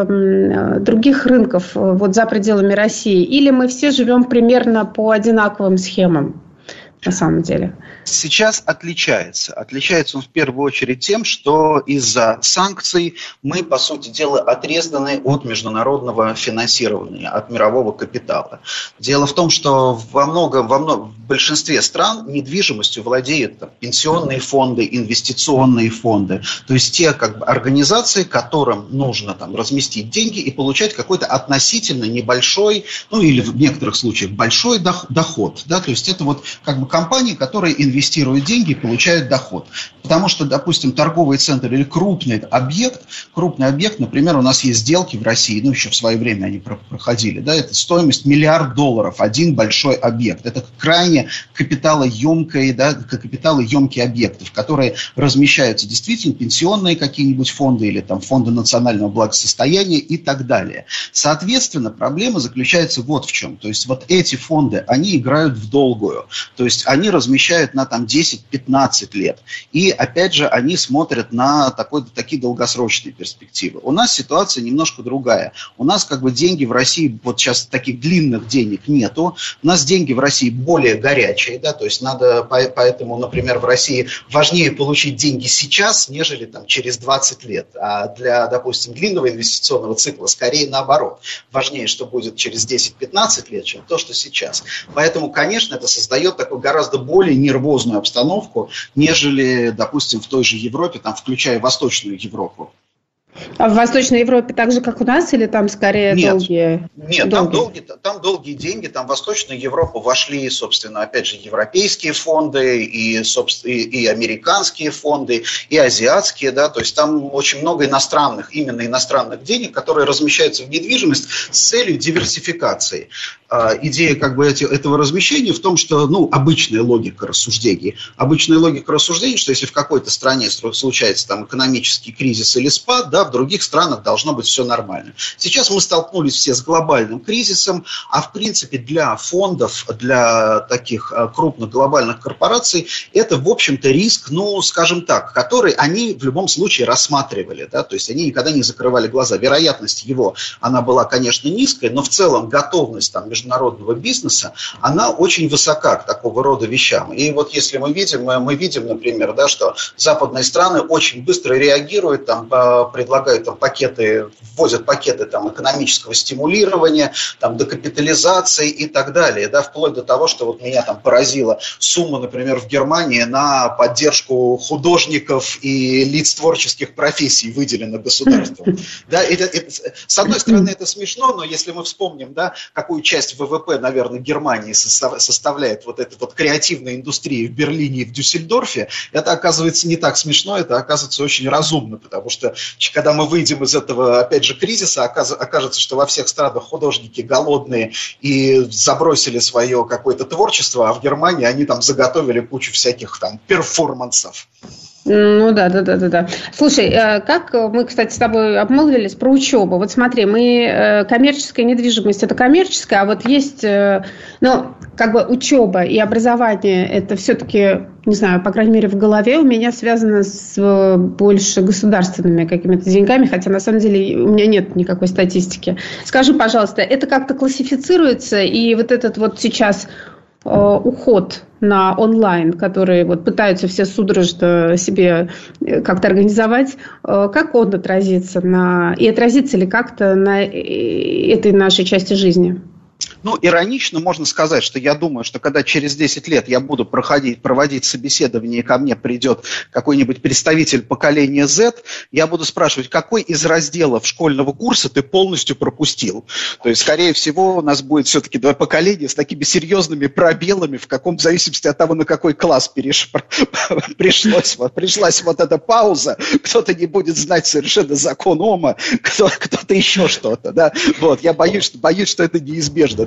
э, других рынков вот за пределами России? Или мы все живем примерно по одинаковым схемам на самом деле? Сейчас отличается. Отличается он в первую очередь тем, что из-за санкций мы, по сути дела, отрезаны от международного финансирования, от мирового капитала. Дело в том, что во многом, во многом, в большинстве стран недвижимостью владеют там, пенсионные фонды, инвестиционные фонды. То есть те как бы, организации, которым нужно там, разместить деньги и получать какой-то относительно небольшой, ну или в некоторых случаях большой доход. Да? То есть это вот как бы компании, которые инвестируют инвестируют деньги и получают доход. Потому что, допустим, торговый центр или крупный объект, крупный объект, например, у нас есть сделки в России, ну, еще в свое время они проходили, да, это стоимость миллиард долларов, один большой объект. Это крайне капиталоемкий, да, капиталоемкий объект, в которые размещаются действительно пенсионные какие-нибудь фонды или там фонды национального благосостояния и так далее. Соответственно, проблема заключается вот в чем. То есть вот эти фонды, они играют в долгую. То есть они размещают на там десять-пятнадцать лет. И, опять же, они смотрят на такой, такие долгосрочные перспективы. У нас ситуация немножко другая. У нас как бы деньги в России, вот сейчас таких длинных денег нету. У нас деньги в России более горячие, да, то есть надо, поэтому, например, в России важнее получить деньги сейчас, нежели там через двадцать лет. А для, допустим, длинного инвестиционного цикла скорее наоборот. Важнее, что будет через десять-пятнадцать лет, чем то, что сейчас. Поэтому, конечно, это создает такую гораздо более нервозную обстановку, нежели, допустим, в той же Европе, там, включая Восточную Европу. А в Восточной Европе так же, как у нас, или там скорее нет, долгие? Нет, там долгие, там долгие деньги, там в Восточную Европу вошли, собственно, опять же, европейские фонды, и, собственно, и, и американские фонды, и азиатские, да, то есть там очень много иностранных, именно иностранных денег, которые размещаются в недвижимость с целью диверсификации. А, идея как бы эти, этого размещения в том, что, ну, обычная логика рассуждений, обычная логика рассуждений, что если в какой-то стране случается там экономический кризис или спад, да, в других странах должно быть все нормально. Сейчас мы столкнулись все с глобальным кризисом, а в принципе для фондов, для таких крупных глобальных корпораций это, в общем-то, риск, ну, скажем так, который они в любом случае рассматривали, да, то есть они никогда не закрывали глаза. Вероятность его, она была, конечно, низкая, но в целом готовность там, международного бизнеса, она очень высока к такого рода вещам. И вот если мы видим, мы видим, например, да, что западные страны очень быстро реагируют, там, предлагают там пакеты, вводят пакеты там экономического стимулирования, там декапитализации и так далее, да, вплоть до того, что вот меня там поразила сумма, например, в Германии на поддержку художников и лиц творческих профессий выделена государством. Да, это, это, с одной стороны, это смешно, но если мы вспомним, да, какую часть ВВП, наверное, Германии составляет вот эта вот креативная индустрия в Берлине и в Дюссельдорфе, это оказывается не так смешно, это оказывается очень разумно, потому что когда мы выйдем из этого, опять же, кризиса, окажется, что во всех странах художники голодные и забросили свое какое-то творчество, а в Германии они там заготовили кучу всяких там перформансов. Ну да, да, да, да, да. Слушай, как мы, кстати, с тобой обмолвились про учебу. Вот смотри, мы коммерческая недвижимость это коммерческая, а вот есть, ну, как бы учеба и образование это все-таки, не знаю, по крайней мере в голове у меня связано с больше государственными какими-то деньгами, хотя на самом деле у меня нет никакой статистики. Скажи, пожалуйста, это как-то классифицируется, и вот этот вот сейчас уход на онлайн, которые вот пытаются все судорожно себе как-то организовать, как он отразится на... И отразится ли как-то на этой нашей части жизни? Ну, иронично можно сказать, что я думаю, что когда через десять лет я буду проходить, проводить собеседование, и ко мне придет какой-нибудь представитель поколения Z, я буду спрашивать, какой из разделов школьного курса ты полностью пропустил. То есть, скорее всего, у нас будет все-таки два поколения с такими серьезными пробелами, в каком, в зависимости от того, на какой класс переш... пришлось, вот, пришлась вот эта пауза, кто-то не будет знать совершенно закон Ома, кто, кто-то еще что-то. Да? Вот, я боюсь, что, боюсь, что это неизбежно.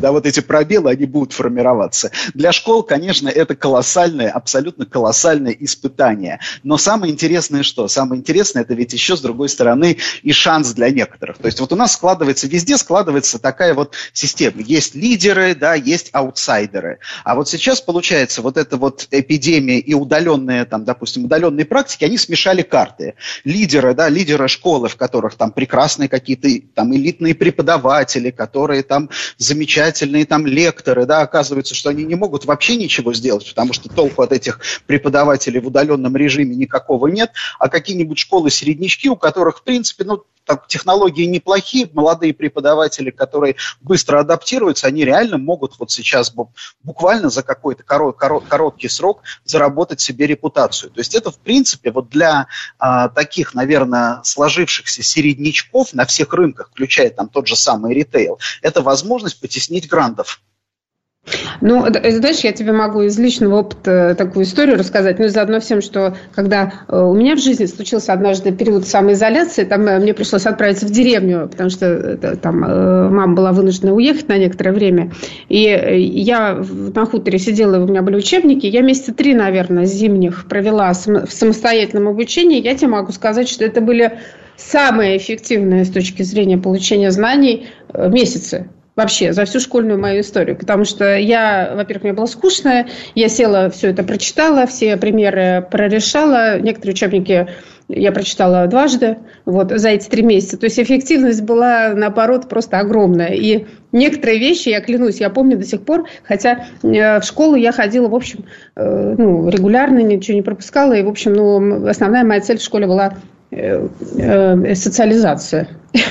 да, вот эти пробелы, они будут формироваться. Для школ, конечно, это колоссальное, абсолютно колоссальное испытание. Но самое интересное что? Самое интересное, это ведь еще, с другой стороны, и шанс для некоторых. То есть вот у нас складывается, везде складывается такая вот система. Есть лидеры, да, есть аутсайдеры. А вот сейчас, получается, вот эта вот эпидемия и удаленные, там, допустим, удаленные практики, они смешали карты. Лидеры, да, лидеры школы, в которых там прекрасные какие-то там элитные преподаватели, которые там замечательные там лекторы, да, оказывается, что они не могут вообще ничего сделать, потому что толку от этих преподавателей в удаленном режиме никакого нет, а какие-нибудь школы-середнячки, у которых, в принципе, ну, так, технологии неплохие, молодые преподаватели, которые быстро адаптируются, они реально могут вот сейчас буквально за какой-то корот, корот, короткий срок заработать себе репутацию. То есть это, в принципе, вот для а, таких, наверное, сложившихся середнячков на всех рынках, включая там тот же самый ритейл, это возможность потеснить грантов. Ну, знаешь, я тебе могу из личного опыта такую историю рассказать, ну и заодно всем, что когда у меня в жизни случился однажды период самоизоляции, там мне пришлось отправиться в деревню, потому что там мама была вынуждена уехать на некоторое время, и я на хуторе сидела, у меня были учебники, я месяца три, наверное, зимних провела в самостоятельном обучении, я тебе могу сказать, что это были самые эффективные с точки зрения получения знаний месяцы. Вообще, за всю школьную мою историю. Потому что я, во-первых, мне было скучно, я села, все это прочитала, все примеры прорешала, некоторые учебники я прочитала дважды вот, за эти три месяца. То есть эффективность была, наоборот, просто огромная. И некоторые вещи, я клянусь, я помню до сих пор, хотя в школу я ходила, в общем, ну, регулярно, ничего не пропускала. И, в общем, ну, основная моя цель в школе была социализация.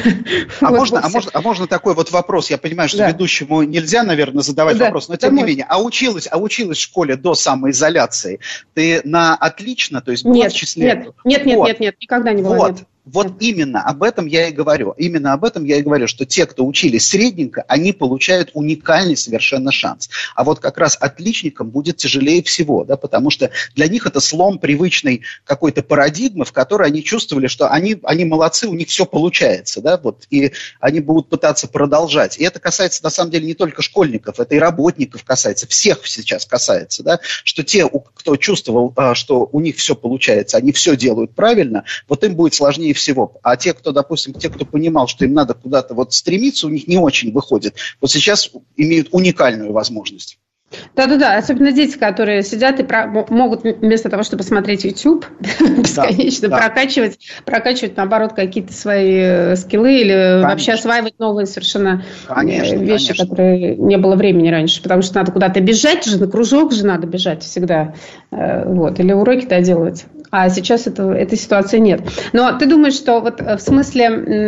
А, вот, можно, вот а, можно, а можно такой вот вопрос? Я понимаю, что да. ведущему нельзя, наверное, задавать да. вопрос, но тем да не менее. А училась, а училась в школе до самоизоляции? Ты на отлично, то есть была нет, в числе... Нет, нет, нет, вот. нет, нет, никогда не была. Вот. Нет. Вот именно об этом я и говорю. Именно об этом я и говорю, что те, кто учились средненько, они получают уникальный совершенно шанс. А вот как раз отличникам будет тяжелее всего, да, потому что для них это слом привычной какой-то парадигмы, в которой они чувствовали, что они, они молодцы, у них все получается, да, вот, и они будут пытаться продолжать. И это касается, на самом деле, не только школьников, это и работников касается, всех сейчас касается, да, что те, кто чувствовал, что у них все получается, они все делают правильно, вот им будет сложнее всего. А те, кто, допустим, те, кто понимал, что им надо куда-то вот стремиться, у них не очень выходит. Вот сейчас имеют уникальную возможность. Да-да-да, особенно дети, которые сидят и про- могут вместо того, чтобы смотреть YouTube, бесконечно да, прокачивать, да. прокачивать, наоборот, какие-то свои скиллы или конечно. Вообще осваивать новые совершенно конечно, вещи, конечно. Которые не было времени раньше. Потому что надо куда-то бежать же, на кружок же надо бежать всегда. Вот, или уроки доделывать. А сейчас это, этой ситуации нет. Но ты думаешь, что вот в смысле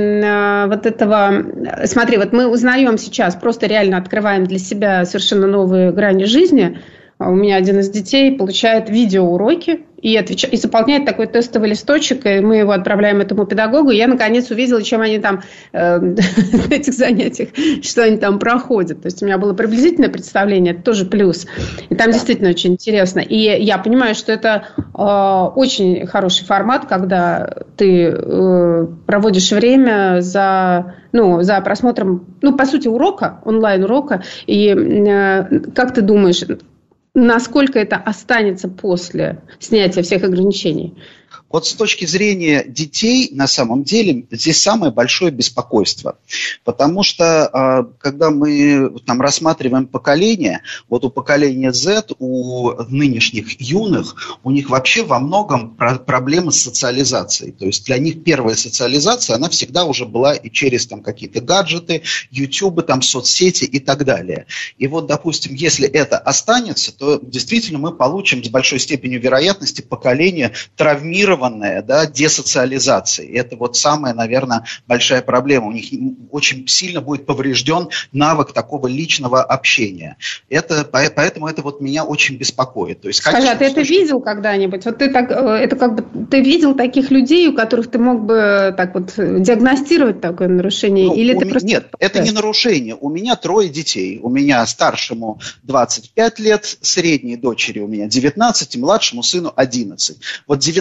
э, вот этого... Смотри, вот мы узнаем сейчас, просто реально открываем для себя совершенно новые грани жизни. У меня один из детей получает видеоуроки и, отвеч... и заполняет такой тестовый листочек, и мы его отправляем этому педагогу. И я, наконец, увидела, чем они там э, на этих занятиях, что они там проходят. То есть у меня было приблизительное представление, это тоже плюс. И там действительно очень интересно. И я понимаю, что это э, очень хороший формат, когда ты э, проводишь время за, ну, за просмотром, ну, по сути, урока, онлайн-урока. И э, как ты думаешь... Насколько это останется после снятия всех ограничений? Вот с точки зрения детей, на самом деле, здесь самое большое беспокойство. Потому что, когда мы там рассматриваем поколение, вот у поколения Z, у нынешних юных, у них вообще во многом проблемы с социализацией. То есть для них первая социализация, она всегда уже была и через там какие-то гаджеты, YouTube, там, соцсети и так далее. И вот, допустим, если это останется, то действительно мы получим с большой степенью вероятности поколение травмированное, да, десоциализации. Это вот самая, наверное, большая проблема. У них очень сильно будет поврежден навык такого личного общения. Это, поэтому это вот меня очень беспокоит. То есть, скажи, а ты это точки... видел когда-нибудь? Вот ты так, это как бы ты видел таких людей, у которых ты мог бы так вот диагностировать такое нарушение? Ну, или ты ми... просто... Нет, это не нарушение. У меня трое детей. У меня старшему двадцать пять лет, средней дочери у меня девятнадцать, и младшему сыну одиннадцать. Вот девятнадцать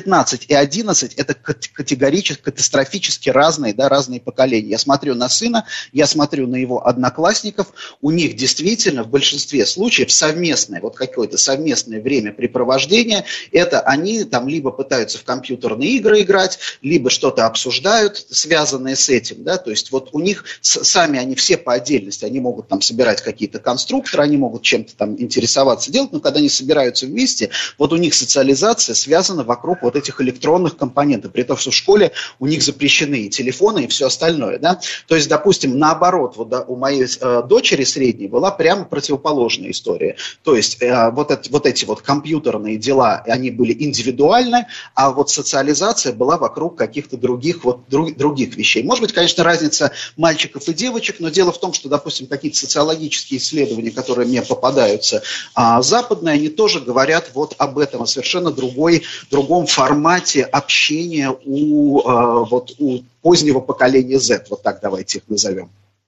и одиннадцать – это категорически, катастрофически разные, да, разные поколения. Я смотрю на сына, я смотрю на его одноклассников, у них действительно в большинстве случаев совместное, вот какое-то совместное времяпрепровождение, это они там либо пытаются в компьютерные игры играть, либо что-то обсуждают, связанное с этим, да, то есть вот у них с, сами они все по отдельности, они могут там собирать какие-то конструкторы, они могут чем-то там интересоваться, делать, но когда они собираются вместе, вот у них социализация связана вокруг вот этих электронных компонентов, при том, что в школе у них запрещены и телефоны, и все остальное, да, то есть, допустим, наоборот, вот, да, у моей э, дочери средней была прямо противоположная история, то есть э, вот, это, вот эти вот компьютерные дела, они были индивидуальны, а вот социализация была вокруг каких-то других вот друг, других вещей. Может быть, конечно, разница мальчиков и девочек, но дело в том, что, допустим, какие-то социологические исследования, которые мне попадаются, а, западные, они тоже говорят вот об этом, о совершенно другой, другом формате общения у, а, вот, у позднего поколения Z, вот так давайте их назовем.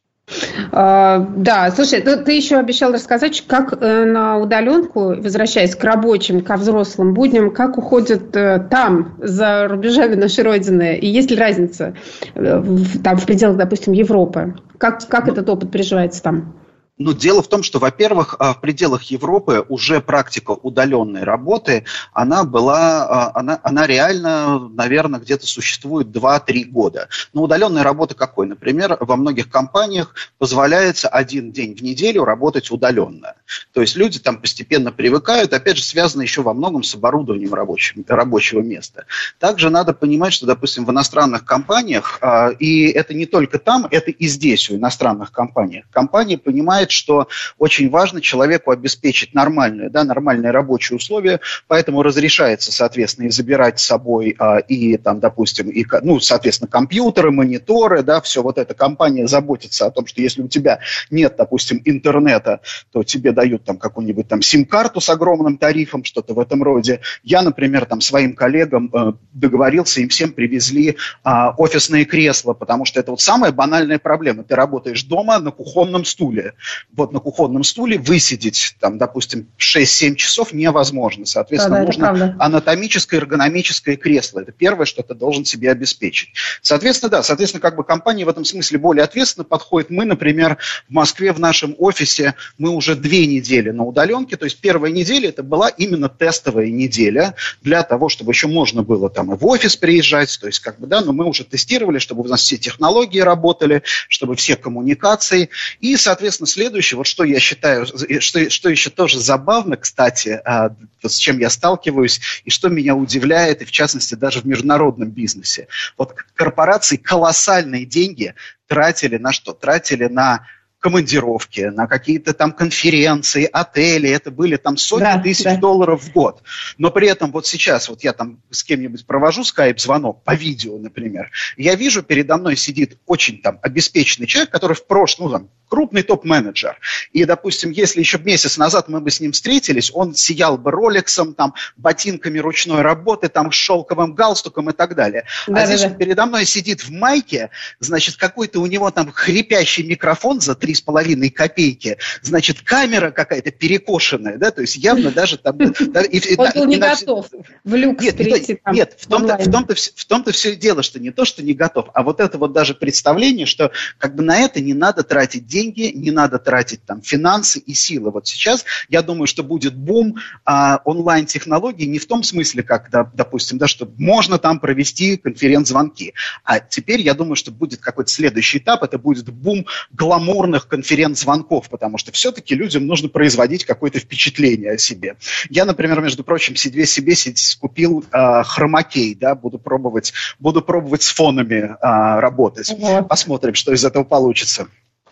Uh, да, слушай, ты, ты еще обещал рассказать, как э, на удаленку, возвращаясь к рабочим, ко взрослым будням, как уходят э, там, за рубежами нашей Родины, и есть ли разница э, в, там, в пределах, допустим, Европы? Как, как ну, этот опыт переживается там? Ну, дело в том, что, во-первых, в пределах Европы уже практика удаленной работы, она была, она, она реально, наверное, где-то существует два-три года. Но удаленная работа какой? Например, во многих компаниях позволяется один день в неделю работать удаленно. То есть люди там постепенно привыкают, опять же, связано еще во многом с оборудованием рабочего, рабочего места. Также надо понимать, что, допустим, в иностранных компаниях, и это не только там, это и здесь, у иностранных компаний, компании понимают, что очень важно человеку обеспечить нормальные, да, нормальные рабочие условия, поэтому разрешается, соответственно, и забирать с собой а, и, там, допустим, и, ну, соответственно, компьютеры, мониторы, да, все вот это. Компания заботится о том, что если у тебя нет, допустим, интернета, то тебе дают там какую-нибудь там сим-карту с огромным тарифом, что-то в этом роде. Я, например, там своим коллегам э, договорился, им всем привезли э, офисные кресла, потому что это вот самая банальная проблема. Ты работаешь дома на кухонном стуле. Вот на кухонном стуле высидеть, там, допустим, шесть-семь часов невозможно. Соответственно, да, да, нужно анатомическое, эргономическое кресло. Это первое, что ты должен себе обеспечить. Соответственно, да, соответственно, как бы компания в этом смысле более ответственно подходит. Мы, например, в Москве в нашем офисе, мы уже две недели на удаленке, то есть первая неделя это была именно тестовая неделя для того, чтобы еще можно было там и в офис приезжать, то есть как бы, да, но мы уже тестировали, чтобы у нас все технологии работали, чтобы все коммуникации. И, соответственно, следующее, вот что я считаю, что, что еще тоже забавно, кстати, а, вот с чем я сталкиваюсь, и что меня удивляет, и в частности даже в международном бизнесе. Вот корпорации колоссальные деньги тратили на что? Тратили на командировки, на какие-то там конференции, отели, это были там сотни да, тысяч да. долларов в год. Но при этом вот сейчас вот я там с кем-нибудь провожу скайп-звонок по видео, например, я вижу, передо мной сидит очень там обеспеченный человек, который в прошлом, ну там, крупный топ-менеджер. И, допустим, если еще месяц назад мы бы с ним встретились, он сиял бы ролексом, там, ботинками ручной работы, там, с шелковым галстуком и так далее. Да, а да, здесь да. он передо мной сидит в майке, значит, какой-то у него там хрипящий микрофон за три с половиной копейки, значит, камера какая-то перекошенная, да, то есть явно даже там... Он был не готов в люкс перейти. Нет, в том-то все дело, что не то, что не готов, а вот это вот даже представление, что как бы на это не надо тратить деньги, не надо тратить там финансы и силы. Вот сейчас я думаю, что будет бум а, онлайн-технологий не в том смысле, как, да, допустим, да, что можно там провести конференц-звонки, а теперь я думаю, что будет какой-то следующий этап, это будет бум гламурных конференц-звонков, потому что все-таки людям нужно производить какое-то впечатление о себе. Я, например, между прочим, себе, себе купил а, хромакей, да, буду пробовать, буду пробовать с фонами а, работать. Угу. Посмотрим, что из этого получится.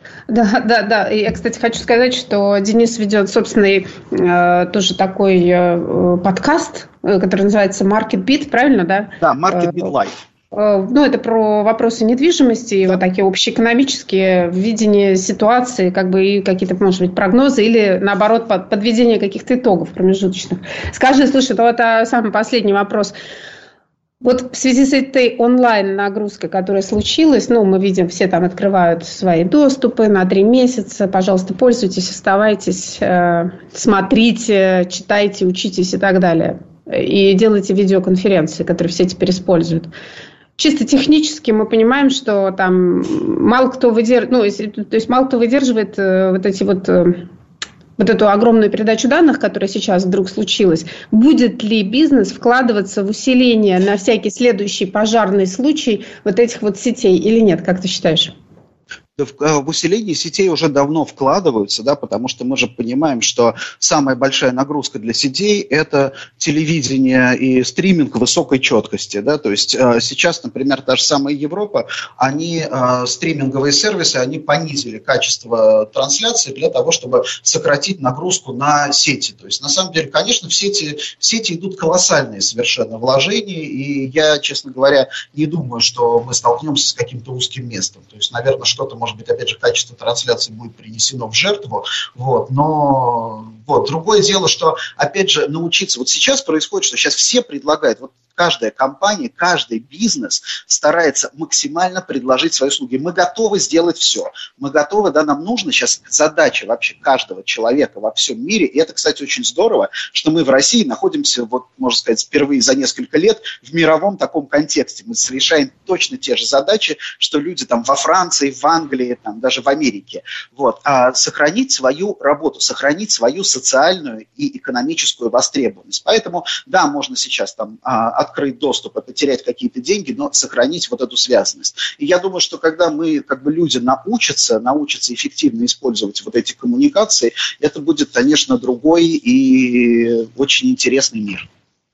Да, да, да. И я, кстати, хочу сказать, что Денис ведет собственный э, тоже такой э, подкаст, который называется Market Beat, правильно, да? Да, Market Beat Live. Ну, это про вопросы недвижимости, и вот такие общеэкономические видения ситуации, как бы и какие-то, может быть, прогнозы или, наоборот, подведение каких-то итогов промежуточных. Скажи, слушай, это вот а, самый последний вопрос. Вот в связи с этой онлайн-нагрузкой, которая случилась, ну, мы видим, все там открывают свои доступы на три месяца. Пожалуйста, пользуйтесь, оставайтесь, э, смотрите, читайте, учитесь и так далее. и делайте видеоконференции, которые все теперь используют. Чисто технически мы понимаем, что там мало кто выдерживает, ну, то есть мало кто выдерживает вот эти вот... вот эту огромную передачу данных, которая сейчас вдруг случилась. Будет ли бизнес вкладываться в усиление на всякий следующий пожарный случай вот этих вот сетей или нет? Как ты считаешь? В усиление сетей уже давно вкладываются, да, потому что мы же понимаем, что самая большая нагрузка для сетей – это телевидение и стриминг высокой четкости. Да, то есть э, сейчас, например, та же самая Европа, они, э, стриминговые сервисы, они понизили качество трансляции для того, чтобы сократить нагрузку на сети. То есть, на самом деле, конечно, в сети, в сети идут колоссальные совершенно вложения, и я, честно говоря, не думаю, что мы столкнемся с каким-то узким местом. То есть, наверное, что-то, может быть, опять же, качество трансляции будет принесено в жертву, вот, но вот, другое дело, что, опять же, научиться, вот сейчас происходит, что сейчас все предлагают, вот каждая компания, каждый бизнес старается максимально предложить свои услуги. Мы готовы сделать все. Мы готовы, да, нам нужно сейчас задача вообще каждого человека во всем мире, и это, кстати, очень здорово, что мы в России находимся, вот, можно сказать, впервые за несколько лет в мировом таком контексте. Мы решаем точно те же задачи, что люди там во Франции, в Англии, там, даже в Америке. Вот. А сохранить свою работу, сохранить свою социальную и экономическую востребованность. Поэтому, да, можно сейчас там открыть доступ и потерять какие-то деньги, но сохранить вот эту связанность. И я думаю, что когда мы, как бы, люди научатся, научатся эффективно использовать вот эти коммуникации, это будет, конечно, другой и очень интересный мир.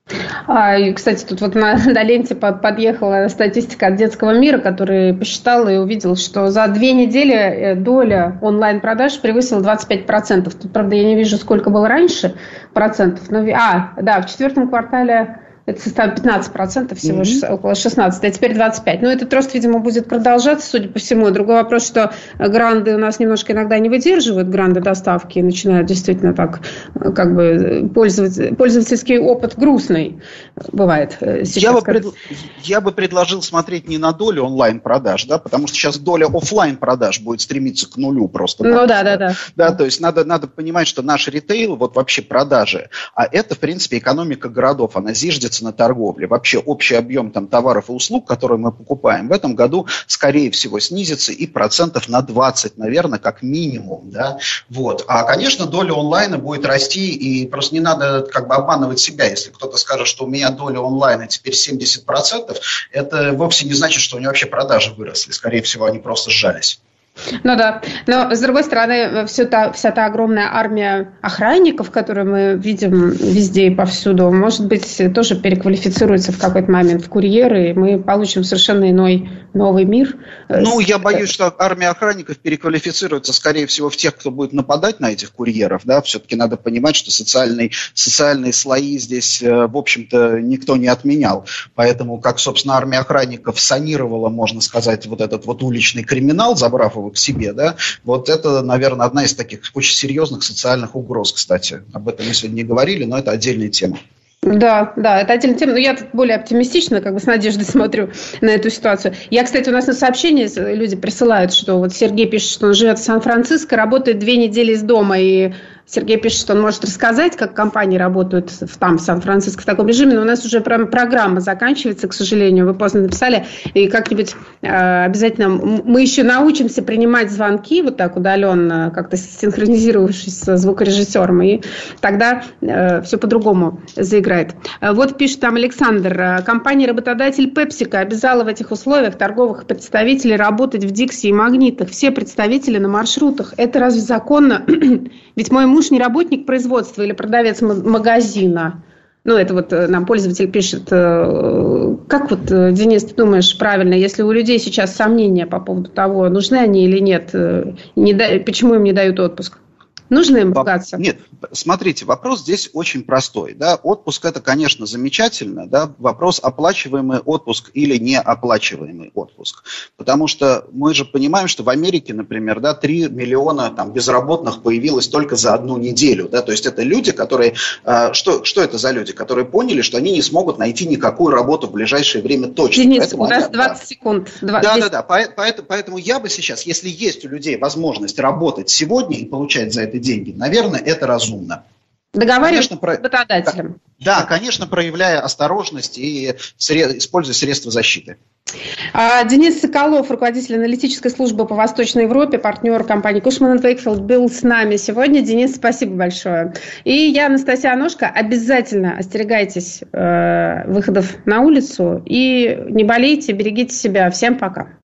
А, и, кстати, тут вот на, на ленте подъехала статистика от Детского мира, который посчитал и увидел, что за две недели доля онлайн-продаж превысила двадцать пять процентов. Тут, правда, я не вижу, сколько было раньше процентов. Но, а, да, в четвертом квартале это составит пятнадцать процентов, всего mm-hmm. около шестнадцать, а теперь двадцать пять. Но этот рост, видимо, будет продолжаться, судя по всему. Другой вопрос, что гранды у нас немножко иногда не выдерживают, гранды доставки, и начинают действительно так, как бы, пользователь, пользовательский опыт грустный бывает. Сейчас, я, бы пред... я бы предложил смотреть не на долю онлайн-продаж, да, потому что сейчас доля офлайн-продаж будет стремиться к нулю просто. Ну да, да, да. Да, то есть надо, надо понимать, что наш ритейл, вот вообще продажи, а это, в принципе, экономика городов, она зиждется на торговле. Вообще общий объем там товаров и услуг, которые мы покупаем, в этом году, скорее всего, снизится и процентов на двадцать, наверное, как минимум. Да? Вот. А, конечно, доля онлайна будет расти, и просто не надо как бы обманывать себя. Если кто-то скажет, что у меня доля онлайна теперь семьдесят процентов, это вовсе не значит, что у него вообще продажи выросли. Скорее всего, они просто сжались. Ну да, но с другой стороны, вся та, вся та огромная армия охранников, которую мы видим везде и повсюду, может быть, тоже переквалифицируется в какой-то момент в курьеры, и мы получим совершенно иной новый мир. Ну, я боюсь, что армия охранников переквалифицируется, скорее всего, в тех, кто будет нападать на этих курьеров, да, все-таки надо понимать, что социальные, социальные слои здесь, в общем-то, никто не отменял, поэтому, как, собственно, армия охранников санировала, можно сказать, вот этот вот уличный криминал, забрав его к себе, да, вот это, наверное, одна из таких очень серьезных социальных угроз, кстати. Об этом мы сегодня не говорили, но это отдельная тема. Да, да, это отдельная тема, но я тут более оптимистично, как бы с надеждой смотрю на эту ситуацию. Я, кстати, у нас на сообщении люди присылают, что вот Сергей пишет, что он живет в Сан-Франциско, работает две недели из дома, и Сергей пишет, что он может рассказать, как компании работают в, там, в Сан-Франциско в таком режиме, но у нас уже прям программа заканчивается, к сожалению, вы поздно написали, и как-нибудь э, обязательно мы еще научимся принимать звонки вот так удаленно, как-то синхронизировавшись со звукорежиссером, и тогда э, все по-другому заиграет. Вот пишет там Александр, компания-работодатель PepsiCo обязала в этих условиях торговых представителей работать в Дикси и Магнитах, все представители на маршрутах. Это разве законно? Ведь мой муж не работник производства или продавец магазина. Ну, это вот нам пользователь пишет. Как вот, Денис, ты думаешь правильно, если у людей сейчас сомнения по поводу того, нужны они или нет, не да... почему им не дают отпуск? Нужно им ругаться? Нет, смотрите, вопрос здесь очень простой. Да? Отпуск – это, конечно, замечательно. Да? Вопрос, оплачиваемый отпуск или неоплачиваемый отпуск. Потому что мы же понимаем, что в Америке, например, да, три миллиона там, безработных появилось только за одну неделю. Да? То есть это люди, которые… Э, что, что это за люди? Которые поняли, что они не смогут найти никакую работу в ближайшее время точно. Денис, поэтому у нас они, двадцать да. секунд. Да, да, да. Поэтому, поэтому я бы сейчас, если есть у людей возможность работать сегодня и получать за это деньги, наверное, это разумно. Договариваться с работодателем. Да, конечно, проявляя осторожность и используя средства защиты. Денис Соколов, руководитель аналитической службы по Восточной Европе, партнер компании Cushman энд Wakefield, был с нами сегодня. Денис, спасибо большое. И я, Анастасия Аношко. Обязательно остерегайтесь э, выходов на улицу и не болейте, берегите себя. Всем пока.